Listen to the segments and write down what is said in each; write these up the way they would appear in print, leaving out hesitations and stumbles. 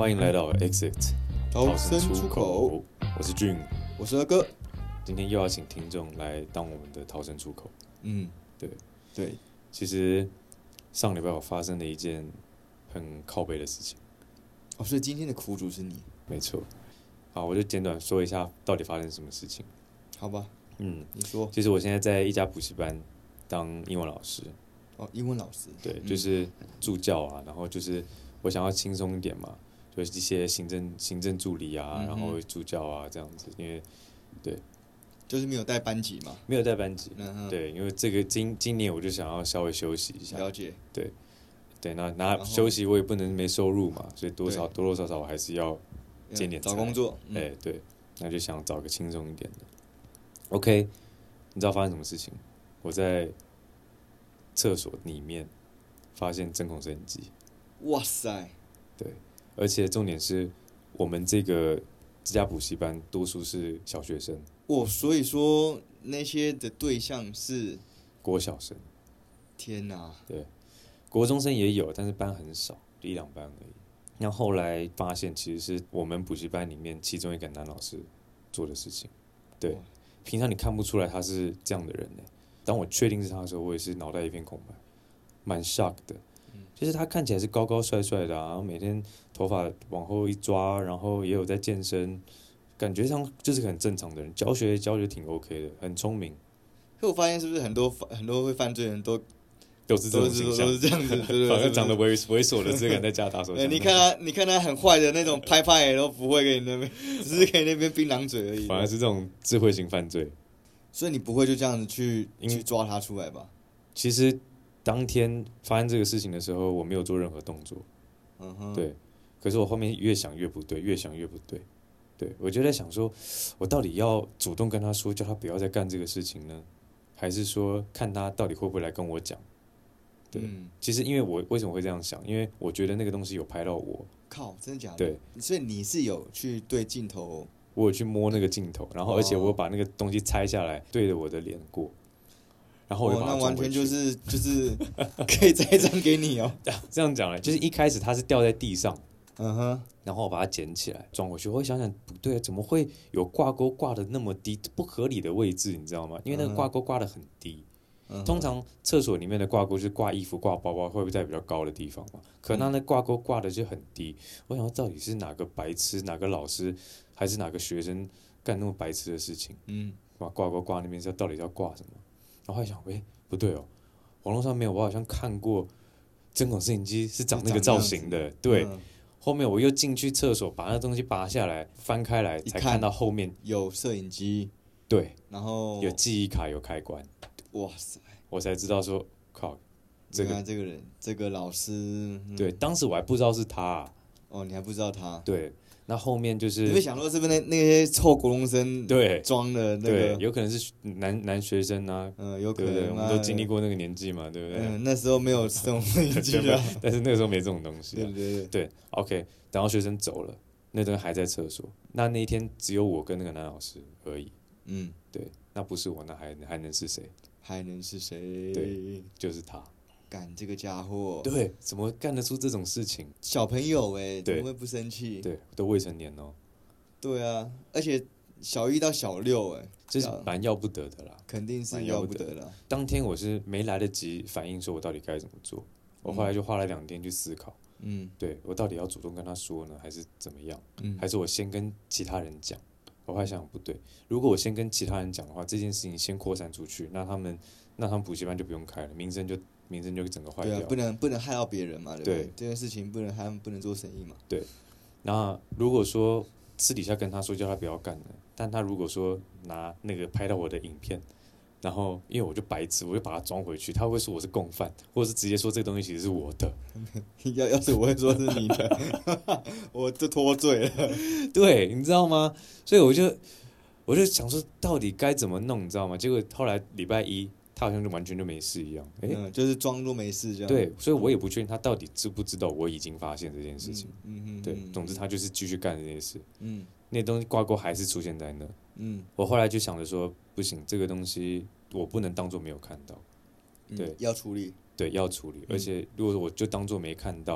欢迎来到 Exit 逃生出口， 我是俊， 我是二哥。 今天又要请听众来当我们的逃生出口。对，其实上礼拜我发生了一件很靠北的事情。 所以今天的苦主是你？ 没错。好，我就简短说一下到底发生什么事情。 好吧。你说。 其实我现在在一家补习班当英文老师。 英文老师。 对，就是助教啊，然后就是我想要轻松一点嘛，就是一些行政助理啊，然后助教啊这样子，因为对， 就是没有带班级嘛， 没有带班级，对，因为这个今年我就想要稍微休息一下， 了解， 对，那休息我也不能没收入嘛，所以多多少少我还是要兼点找工作， 对，那就想找个轻松一点的。OK， 你知道发生什么事情？我在厕所里面发现针孔摄影机， 哇塞， 对，而且重点是我们这家补习班多数是小学生， 所以说那些的对象是国小生。 天哪， 对，国中生也有，但是班很少，就1-2班而已。那后来发现其实是我们补习班里面其中一个男老师做的事情。对，平常你看不出来他是这样的人呢。当我确定是他的时候，我也是脑袋一片空白，蛮 shock 的。就是他看起来是高高帅帅的啊，然后每天头发往后一抓，然后也有在健身，感觉上就是个很正常的人，教学挺 OK 的，很聪明。 可我发现是不是很多会犯罪的人都是这种形象， 都是这样子，对， 反正长得猥琐的这个人在家打手枪。 你看他很坏的那种拍也都不会给你那边，只是给你那边槟榔嘴而已。 反而是这种智慧型犯罪。 所以你不会就这样子去抓他出来吧？ 其实当天发生这个事情的时候，我没有做任何动作。对。可是我后面越想越不对，对，我就在想说，我到底要主动跟他说，叫他不要再干这个事情呢，还是说看他到底会不会来跟我讲？对。其实因为我为什么会这样想？因为我觉得那个东西有拍到我。 靠，真的假的？ 对。 所以你是有去对镜头？ 我有去摸那个镜头，然后而且我把那个东西拆下来，对着我的脸过，然后我就把它那完全就是可以再张给你哦。 这样讲了，就是一开始它是掉在地上，然后我把它捡起来装回去。我会想不对，怎么会有挂钩挂的那么低，不合理的位置，你知道吗？因为那个挂钩挂的很低。通常厕所里面的挂钩就是挂衣服、挂包包，会不会在比较高的地方嘛？可那挂钩挂的就很低。我想到底是哪个白痴、哪个老师，还是哪个学生干那么白痴的事情？把挂钩挂那边到底要挂什么？然后还想，不对哦，网络上没有，我好像看过针孔摄影机是长那个造型的。对，后面我又进去厕所，把那东西拔下来，翻开来，才看到后面有摄影机。 对， 然后有记忆卡，有开关。 哇塞！ 我才知道说，靠，这个人，这个老师， 对，当时我还不知道是他。 你还不知道他？ 对，那后面就是， 你会想说是不是那些臭国中生装的那个？ 对，有可能是男学生啊， 有可能， 对不对？我们都经历过那个年纪嘛，对不对？ 那时候没有这种年纪啊， 但是那个时候没这种东西。 对 ，OK， 等到学生走了，那人还在厕所。那一天只有我跟那个男老师而已。对，那不是我，那还能是谁？ 还能是谁？ 对，就是他。 干这个家伙！ 对，怎么干得出这种事情？ 小朋友怎么会不生气？ 对，都未成年哦。 对啊，而且小1到小6 这是蛮要不得的啦。 肯定是要不得啦。 当天我是没来得及反应，说我到底该怎么做。我后来就花了2天去思考。对，我到底要主动跟他说呢，还是怎么样？还是我先跟其他人讲？我还想不对，如果我先跟其他人讲的话，这件事情先扩散出去，那他们补习班就不用开了，名声就整个坏掉。 对啊，不能害到别人嘛，对不对？这件事情他们不能做生意嘛。 对。那如果说私底下跟他说叫他不要干了，但他如果说拿那个拍到我的影片，然后因为我就白痴，我就把它装回去，他会说我是共犯，或者是直接说这个东西其实是我的。 要是我会说是你的，我就脱罪了。 对，你知道吗？所以我就想说，到底该怎么弄，你知道吗？结果后来礼拜1，他好像就完全就没事一样。 就是装作没事这样。 对，所以我也不确定他到底知不知道我已经发现这件事情。对，总之他就是继续干这件事。那东西挂钩还是出现在那。我后来就想着说，不行，这个东西我不能当做没有看到。对， 要处理。 对，要处理。而且如果我就当做没看到，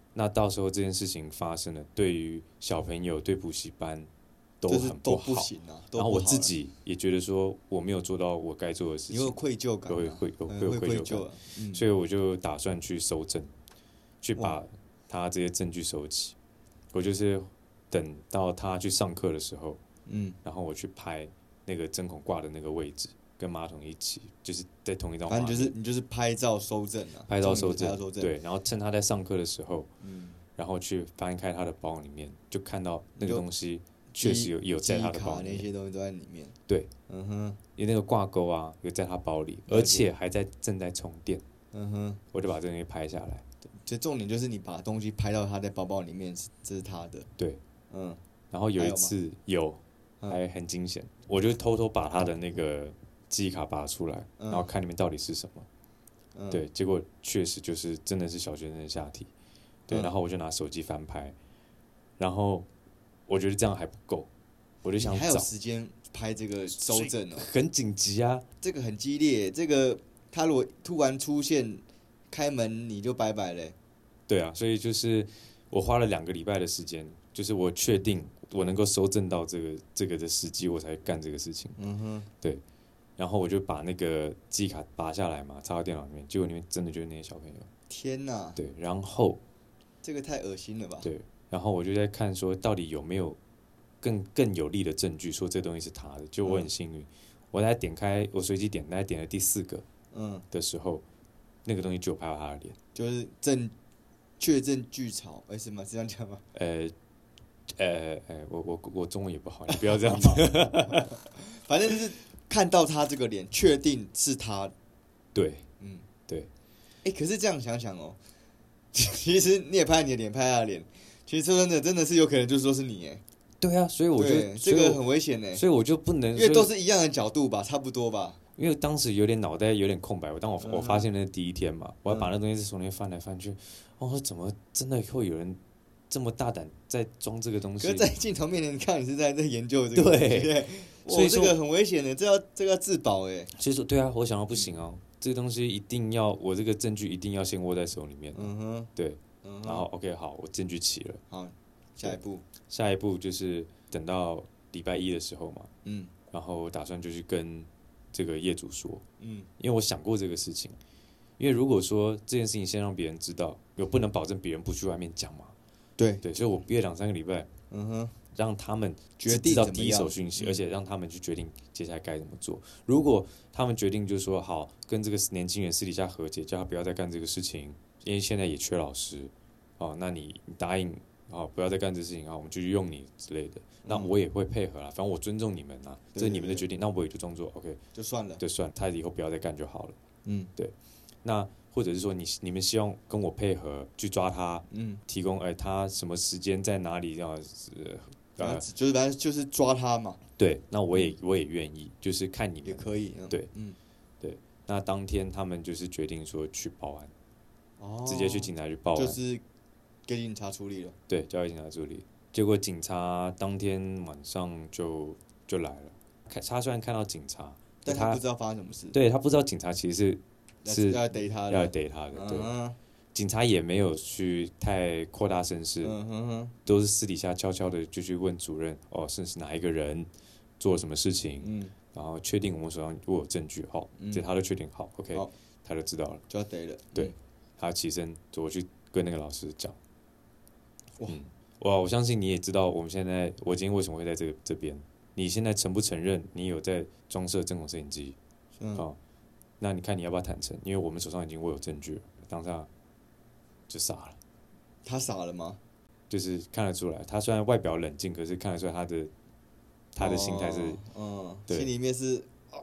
那到时候这件事情发生了，对于小朋友、对补习班都就是很好。 都不行啊， 然后我自己也觉得说我没有做到我该做的事情， 你有愧疚感、啊， 会有愧疚感，所以我就打算去搜证，去把他这些证据收起。我就是等到他去上课的时候，然后我去拍那个针孔挂的那个位置，跟马桶一起，就是在同一张画面。 反正你就是拍照收证啊， 拍照收证，对，然后趁他在上课的时候，然后去翻开他的包里面，就看到那个东西确实有在他的包里面， 那些东西都在里面。 对，因为那个挂钩啊有在他包里，而且还正在充电。我就把这东西拍下来。 就重点就是你把东西拍到他在包包里面，这是他的。 对，然后有一次还很惊险，我就偷偷把他的那个记忆卡拔出来，然后看里面到底是什么。对，结果确实就是真的是小学生的下体。对，然后我就拿手机翻拍，然后我觉得这样还不够，我就想找。 还有时间拍这个搜证哦， 很紧急啊！ 这个很激烈，这个他如果突然出现开门，你就拜拜嘞。 对啊，所以就是我花了2个礼拜的时间，就是我确定我能够搜证到这个的时机，我才干这个事情。对，然后我就把那个记忆卡拔下来嘛，插到电脑里面，结果里面真的就是那些小朋友。 天哪！ 对，然后这个太恶心了吧？ 对，然后我就在看说，到底有没有更有力的证据，说这东西是他的。就我很幸运，我在点开，我随机点，大概点了第4个，的时候，那个东西就有拍到他的脸， 就是确证具潮，是吗？是这样讲吗？ 我中文也不好，你不要这样子。 反正就是看到他这个脸，确定是他。 对，对。 可是这样想想哦，其实你也拍你的脸，拍他的脸，其实说真的是有可能就说是你哎。 对啊，所以我就这个很危险哎， 所以我就不能， 因为都是一样的角度吧，差不多吧。 因为当时脑袋有点空白，当我发现那第一天嘛，我要把那东西从那边翻来翻去，我说怎么真的会有人这么大胆在装这个东西？ 可是在镜头面前，你看你是在研究这个， 对， 所以这个很危险的，这个要自保哎。 所以说，对啊，我想到不行哦，这个东西一定要，我这个证据一定要先握在手里面。对，然后 OK 好，我证据齐了。 好，下一步就是等到礼拜1的时候嘛，然后我打算就去跟这个业主说，因为我想过这个事情，因为如果说这件事情先让别人知道，我不能保证别人不去外面讲嘛。 对， 所以我约2-3个礼拜，让他们决定知道第一手讯息，而且让他们去决定接下来该怎么做。如果他们决定就是说好，跟这个年轻人私底下和解，叫他不要再干这个事情，因为现在也缺老师，那你答应。不要再干这事情我们继续用你之类的，那我也会配合啦，反正我尊重你们啊，这是你们的决定，那我也就装作 OK， 就算了， 他以后不要再干就好了。对，那或者是说你们希望跟我配合去抓他，提供他什么时间在哪里这样就是反正就是抓他嘛。 对，那我也愿意，就是看你们也可以。 对，对，那当天他们就是决定说去报案，直接去警察局报案， 就是给警察处理了。 对，交给警察处理。结果警察当天晚上就来了。他虽然看到警察， 但他不知道发生什么事。 对，他不知道警察其实是要逮他的。 要逮他的。对，警察也没有去太扩大声势，都是私底下悄悄的就去问主任，是哪一个人做了什么事情，然后确定我们手上如果有证据，这他都确定好 ，OK， 他就知道了， 就要逮了。 对，他起身走过去跟那个老师讲。我相信你也知道，我今天为什么会在这边？你现在承不承认你有在装设针孔摄影机？那你看你要不要坦诚？因为我们手上已经握有证据了。当下就傻了。 他傻了吗？ 就是看得出来，他虽然外表冷静，可是看得出来他的心态是， 心里面是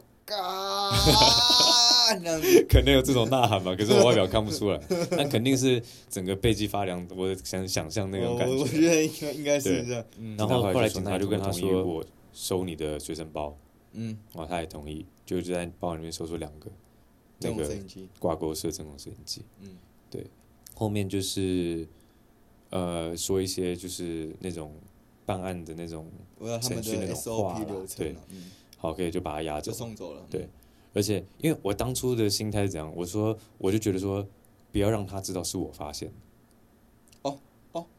可能有这种呐喊吧，可是我外表看不出来，但肯定是整个背脊发凉。我想象那种感觉， 我觉得应该是这样。 然后后来警察就跟他说，我收你的随身包，他也同意，就在包里面搜出2个那个挂钩式针孔摄影机，对，后面就是说一些就是那种办案的那种程序那种话啦，对，好，可以就把他押走， 就送走了， 对。而且，因为我当初的心态是怎样，我就觉得说，不要让他知道是我发现。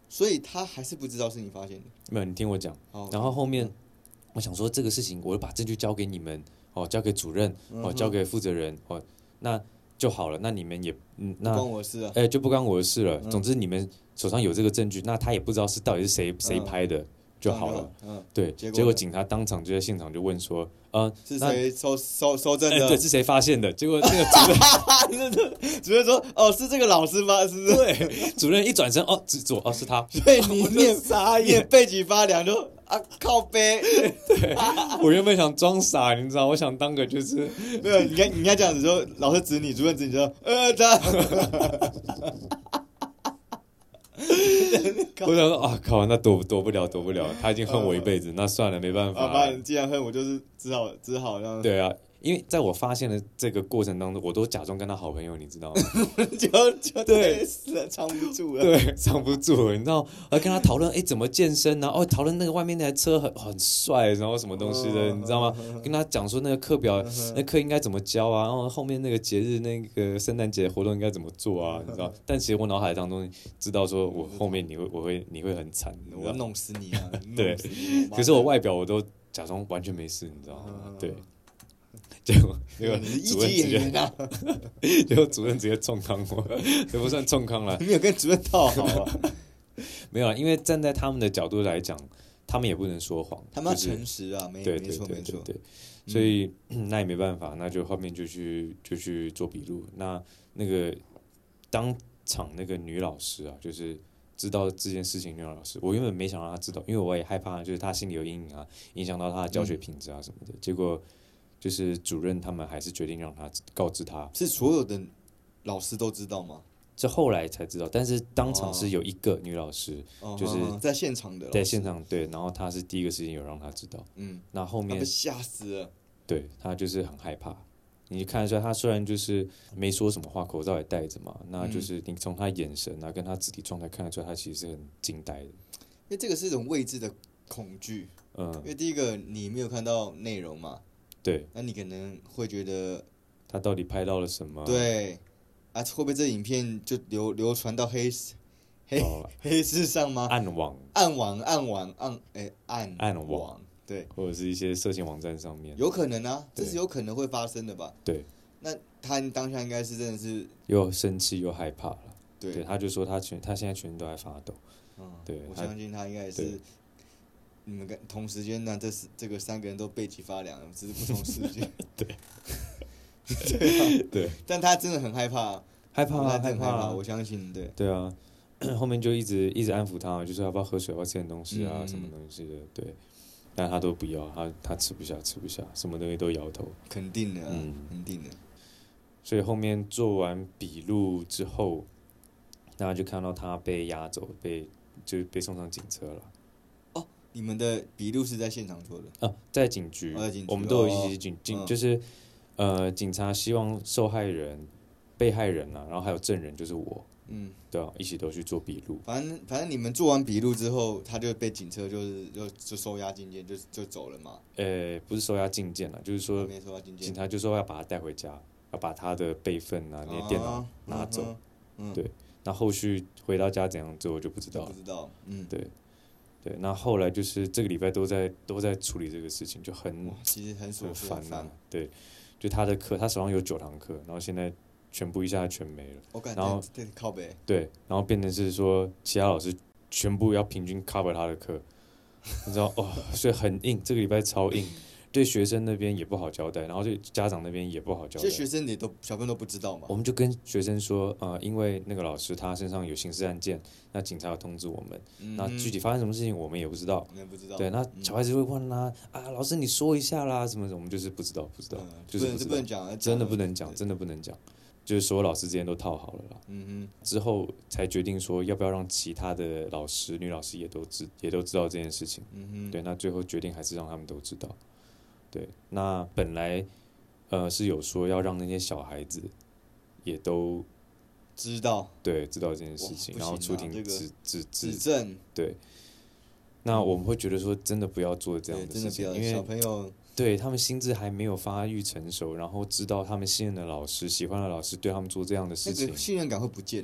所以他还是不知道是你发现的。 没有，你听我讲。然后后面我想说这个事情，我把证据交给你们哦，交给主任哦，交给负责人哦，那就好了。那你们也那不关我的事啊。 就不关我的事了。总之你们手上有这个证据，那他也不知道是到底是谁拍的。就好了，对，结果警察当场就在现场就问说， 是谁收证的？ 对，是谁发现的？结果那个主任说，哦，是这个老师吗？是不是？ 对，主任一转身，指左，是他。 所以你也背脊发凉，就靠背。 对，我原本想装傻，你知道，我想当个就是没有，你看这样子说，老师指你，主任指你说，他。 我想说啊，靠，那躲不了，他已经恨我一辈子，那算了，没办法。 既然恨我，就是只好让。 对啊，因为在我发现的这个过程当中，我都假装跟他好朋友，你知道吗？ 就对，藏不住了。 对，藏不住了，你知道，我跟他讨论，怎么健身啊？讨论那个外面那台车很帅，然后什么东西的，你知道吗？跟他讲说那个课表，那课应该怎么教啊？然后后面那个节日，那个圣诞节活动应该怎么做啊？你知道？但其实我脑海当中知道说，我后面你会很惨， 我弄死你啊！ 对，可是我外表我都假装完全没事，你知道吗？对。结果主任直接，结果主任直接冲康我，这不算冲康了。 你有跟主任套好啊？ 没有啊，因为站在他们的角度来讲，他们也不能说谎， 他们要诚实啊，没错。 对，所以那也没办法，那就后面就去做笔录。那个当场那个女老师啊，就是知道这件事情，女老师，我原本没想让她知道，因为我也害怕，就是她心里有阴影啊，影响到她的教学品质啊什么的。结果就是主任他们还是决定让她告知她。 是所有的老师都知道吗？ 这后来才知道，但是当场是有一个女老师，就是在现场的， 在现场对，然后她是第一个时间有让她知道，那后面被吓死了， 对，她就是很害怕。你看得出来，她虽然就是没说什么话，口罩也戴着嘛，那就是你从她眼神啊，跟她肢体状态看得出来，她其实是很惊呆的。 因为这个是一种未知的恐惧，因为第一个你没有看到内容嘛， 对， 那你可能会觉得他到底拍到了什么？ 对，会不会这影片就流传到黑市上吗？ 暗网，对，或者是一些色情网站上面， 有可能啊，这是有可能会发生的吧？ 对， 那他当下应该是真的是又生气又害怕了， 对， 他就说他现在全身都在发抖，对， 我相信他应该也是。你们同时间呢，这个3个人都背脊发凉，只是不同时间。 对， 但他真的很害怕， 害怕， 我相信， 对啊，后面就一直安抚他，就说要不要喝水，要不要吃点东西啊，什么东西的，对，但他都不要，他吃不下，什么东西都摇头， 肯定的，肯定的。 所以后面做完笔录之后，然后就看到他被押走，被送上警车了。 你们的笔录是在现场做的？ 在警局，我们都有一起就是警察希望受害人、被害人啊，然后还有证人，就是我，对啊，一起都去做笔录。 反正你们做完笔录之后，他就被警车就收押进监，就走了嘛。 不是收押进监了，就是说没收押进监， 警察就说要把他带回家，要把他的备份啊那些电脑拿走。对，那后续回到家怎样做我就不知道。 不知道， 对。对，那后来就是这个礼拜都在处理这个事情，就其实很烦啊。对，就他的课，他手上有9堂课，然后现在全部一下全没了。然后靠北。 对，然后变成是说其他老师全部要平均 cover 他的课，你知道所以很硬，这个礼拜超硬。对学生那边也不好交代，然后对家长那边也不好交代。 这学生小朋友都不知道嘛。 我们就跟学生说，因为那个老师他身上有刑事案件，那警察要通知我们，那具体发生什么事情我们也不知道。对，那小孩子会问他老师你说一下啦，什么我们就是不知道，就是不能讲， 真的不能讲，就是所有老师之间都套好了啦。之后才决定说要不要让其他的女老师也都知道这件事情。对，那最后决定还是让他们都知道。对，那本来是有说要让那些小孩子也都知道这件事情，然后出庭指证。 对，那我们会觉得说真的不要做这样的事情，因为小朋友对他们心智还没有发育成熟，然后知道他们信任的老师、喜欢的老师对他们做这样的事情， 那个信任感会不见了。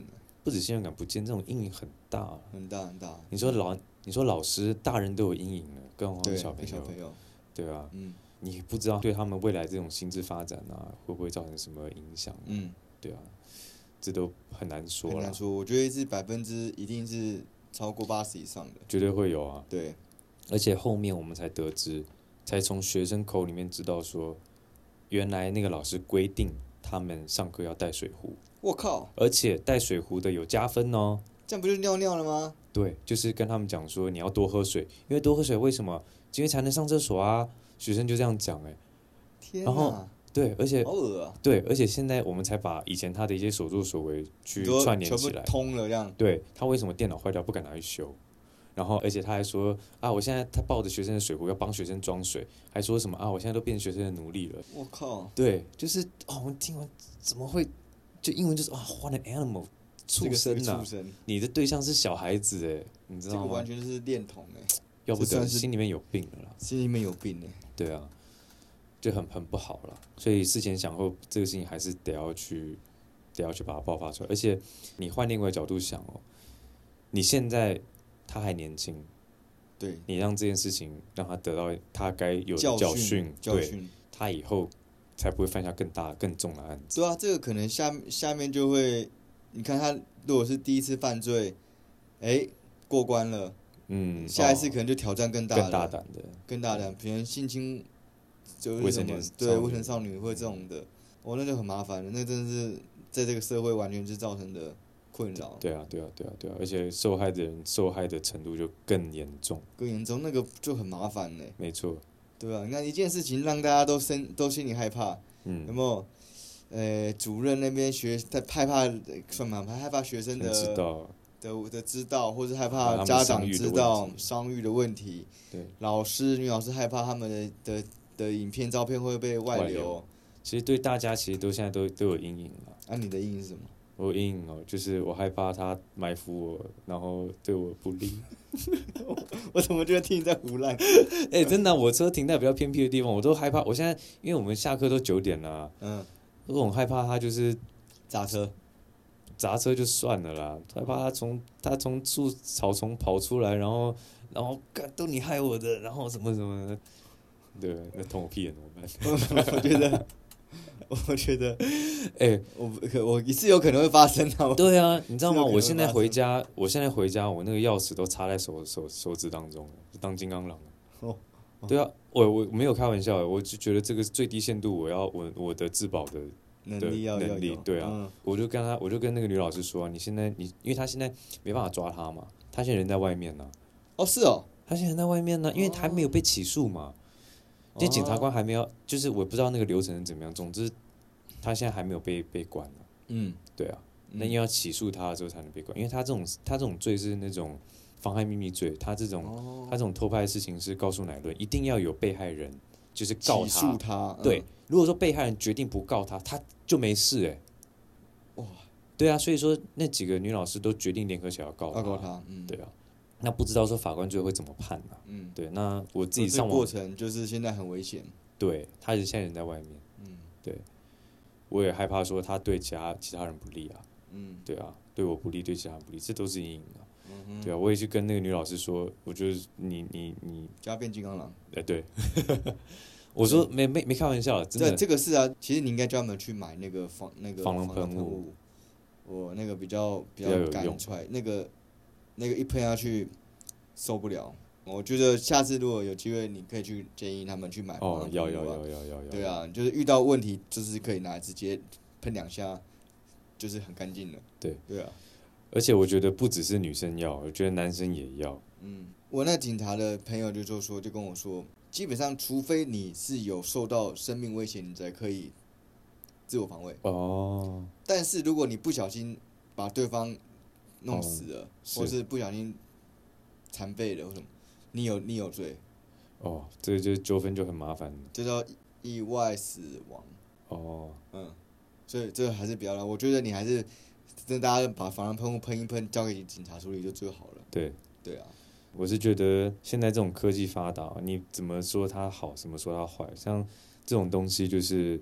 不止信任感不见，这种阴影很大， 很大很大。 你说老师，大人都有阴影了，更何况小朋友，对啊，你不知道对他们未来这种心智发展啊，会不会造成什么影响？对啊，这都很难说啦。 很难说，我觉得一定是超过80%以上的， 绝对会有啊。 对， 而且后面我们才得知，才从学生口里面知道说，原来那个老师规定他们上课要带水壶。 我靠！ 而且带水壶的有加分哦。 这样不就尿尿了吗？ 对，就是跟他们讲说你要多喝水，因为多喝水为什么？因为才能上厕所啊。学生就这样讲天哪！ 然后对，而且好恶啊！ 对，而且现在我们才把以前他的一些所作所为去串联起来， 通了这样。 对，他为什么电脑坏掉不敢拿去修？然后，而且他还说啊，我现在他抱着学生的水壶要帮学生装水，还说什么啊，我现在都变成学生的奴隶了。 我靠！ 对，就是哦，我听完怎么会？就英文就是啊 ，what an animal， 畜生啊！你的对象是小孩子哎，你知道吗？ 这个完全就是恋童哎， 要不得心里面有病了啦。 心里面有病哎。 对啊，就很不好了。所以思前想后，这个事情还是得要去把它爆发出来。而且你换另外一个角度想哦，你现在他还年轻， 对， 你让这件事情让他得到他该有的教训，对，他以后才不会犯下更大更重的案子。 对啊，这个可能下面就会，你看他如果是第一次犯罪，过关了，下一次可能就挑战更大的，更大胆，比如性侵，就是什么对未成少女或这种的，那就很麻烦了，那真的是在这个社会完全是造成的困扰。 对啊，而且受害的人受害的程度就更严重， 那个就很麻烦嘞。 没错。 对啊，你看一件事情让大家都心里害怕，有没有？主任那边害怕算吗？害怕学生的知道，或是害怕家长知道伤育的问题。 对， 女老师害怕他们的影片、照片会被外流。 其实对大家其实现在都有阴影了。 啊，你的阴影是什么？ 我有阴影哦，就是我害怕他埋伏我，然后对我不利。 我怎么觉得听你在胡乱？ 真的，我车停在比较偏僻的地方，我都害怕。我现在因为我们下课都9点了，我很害怕他就是砸车就算了啦，害怕他从草丛跑出来，然后都你害我的，然后什么什么的，对，那捅我屁眼怎么办？我觉得，我也是有可能会发生的。 对啊，你知道吗？我现在回家，我那个钥匙都插在手指当中，就当金刚狼了。对啊，我没有开玩笑，我就觉得这个最低限度，我的自保的能力， 对啊，我就跟那个女老师说，因为她现在没办法抓他嘛，她现在人在外面呢。 是哦， 她现在人在外面呢，因为还没有被起诉嘛。因为检察官还没有，就是我不知道那个流程是怎么样。总之，他现在还没有被关了。对啊，那要起诉他之后才能被关，因为他这种罪是那种妨害秘密罪，他这种偷拍的事情是告诉乃论，一定要有被害人就是告他。 起诉他。 对，如果说被害人决定不告他，他就没事哇，对啊，所以说那几个女老师都决定联合起来要告他。对啊。那不知道说法官最后会怎么判呢？对，那我自己上网。 过程就是现在很危险。 对，他现在人在外面。对，我也害怕说他对其他人不利啊。对啊，对我不利，对其他人不利，这都是阴影啊。对啊，我也去跟那个女老师说，我觉得你加变金刚狼。 对，我说没开玩笑，真的。 这个是啊，其实你应该专门去买那个防狼喷雾。 我那个比较敢踹那个一喷下去受不了，我觉得下次如果有机会，你可以去建议他们去买。 要。 对啊，就是遇到问题，就是可以拿直接喷2下，就是很干净了。对啊， 而且我觉得不只是女生要，我觉得男生也要。 我那警察的朋友就跟我说，基本上除非你是有受到生命威胁，你才可以自我防卫。但是如果你不小心把对方弄死了，或是不小心残废了或什么，你有罪。 这个就是纠纷就很麻烦了。 这叫意外死亡。所以这个还是比较，我觉得你还是跟大家把防狼喷雾喷一喷，交给警察处理就最好了。对啊， 我是觉得现在这种科技发达，你怎么说它好，怎么说它坏，像这种东西就是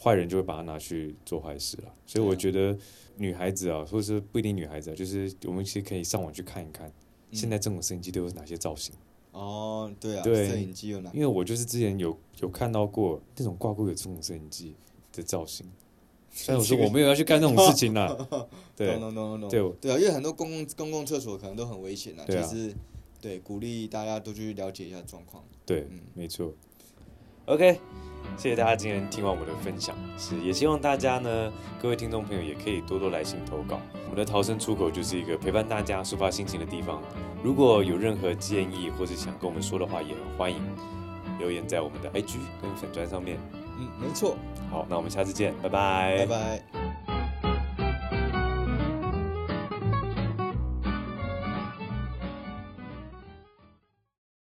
坏人就会把它拿去做坏事了。所以我觉得女孩子啊，或者是不一定女孩子啊，就是我们其实可以上网去看一看，现在这种摄影机都有哪些造型。 哦，对啊，摄影机有哪？ 因为我就是之前有看到过那种挂钩有这种摄影机的造型。虽然我说我没有要去干那种事情啦，对， 对啊，因为很多公共厕所可能都很危险啊，就是对鼓励大家都去了解一下状况。 对，没错。OK， 谢谢大家今天听完我的分享，也希望大家呢，各位听众朋友也可以多多来信投稿。我们的逃生出口就是一个陪伴大家抒发心情的地方。如果有任何建议或是想跟我们说的话，也很欢迎留言在我们的 IG 跟粉专上面。 没错。 好，那我们下次见，拜拜。 拜拜。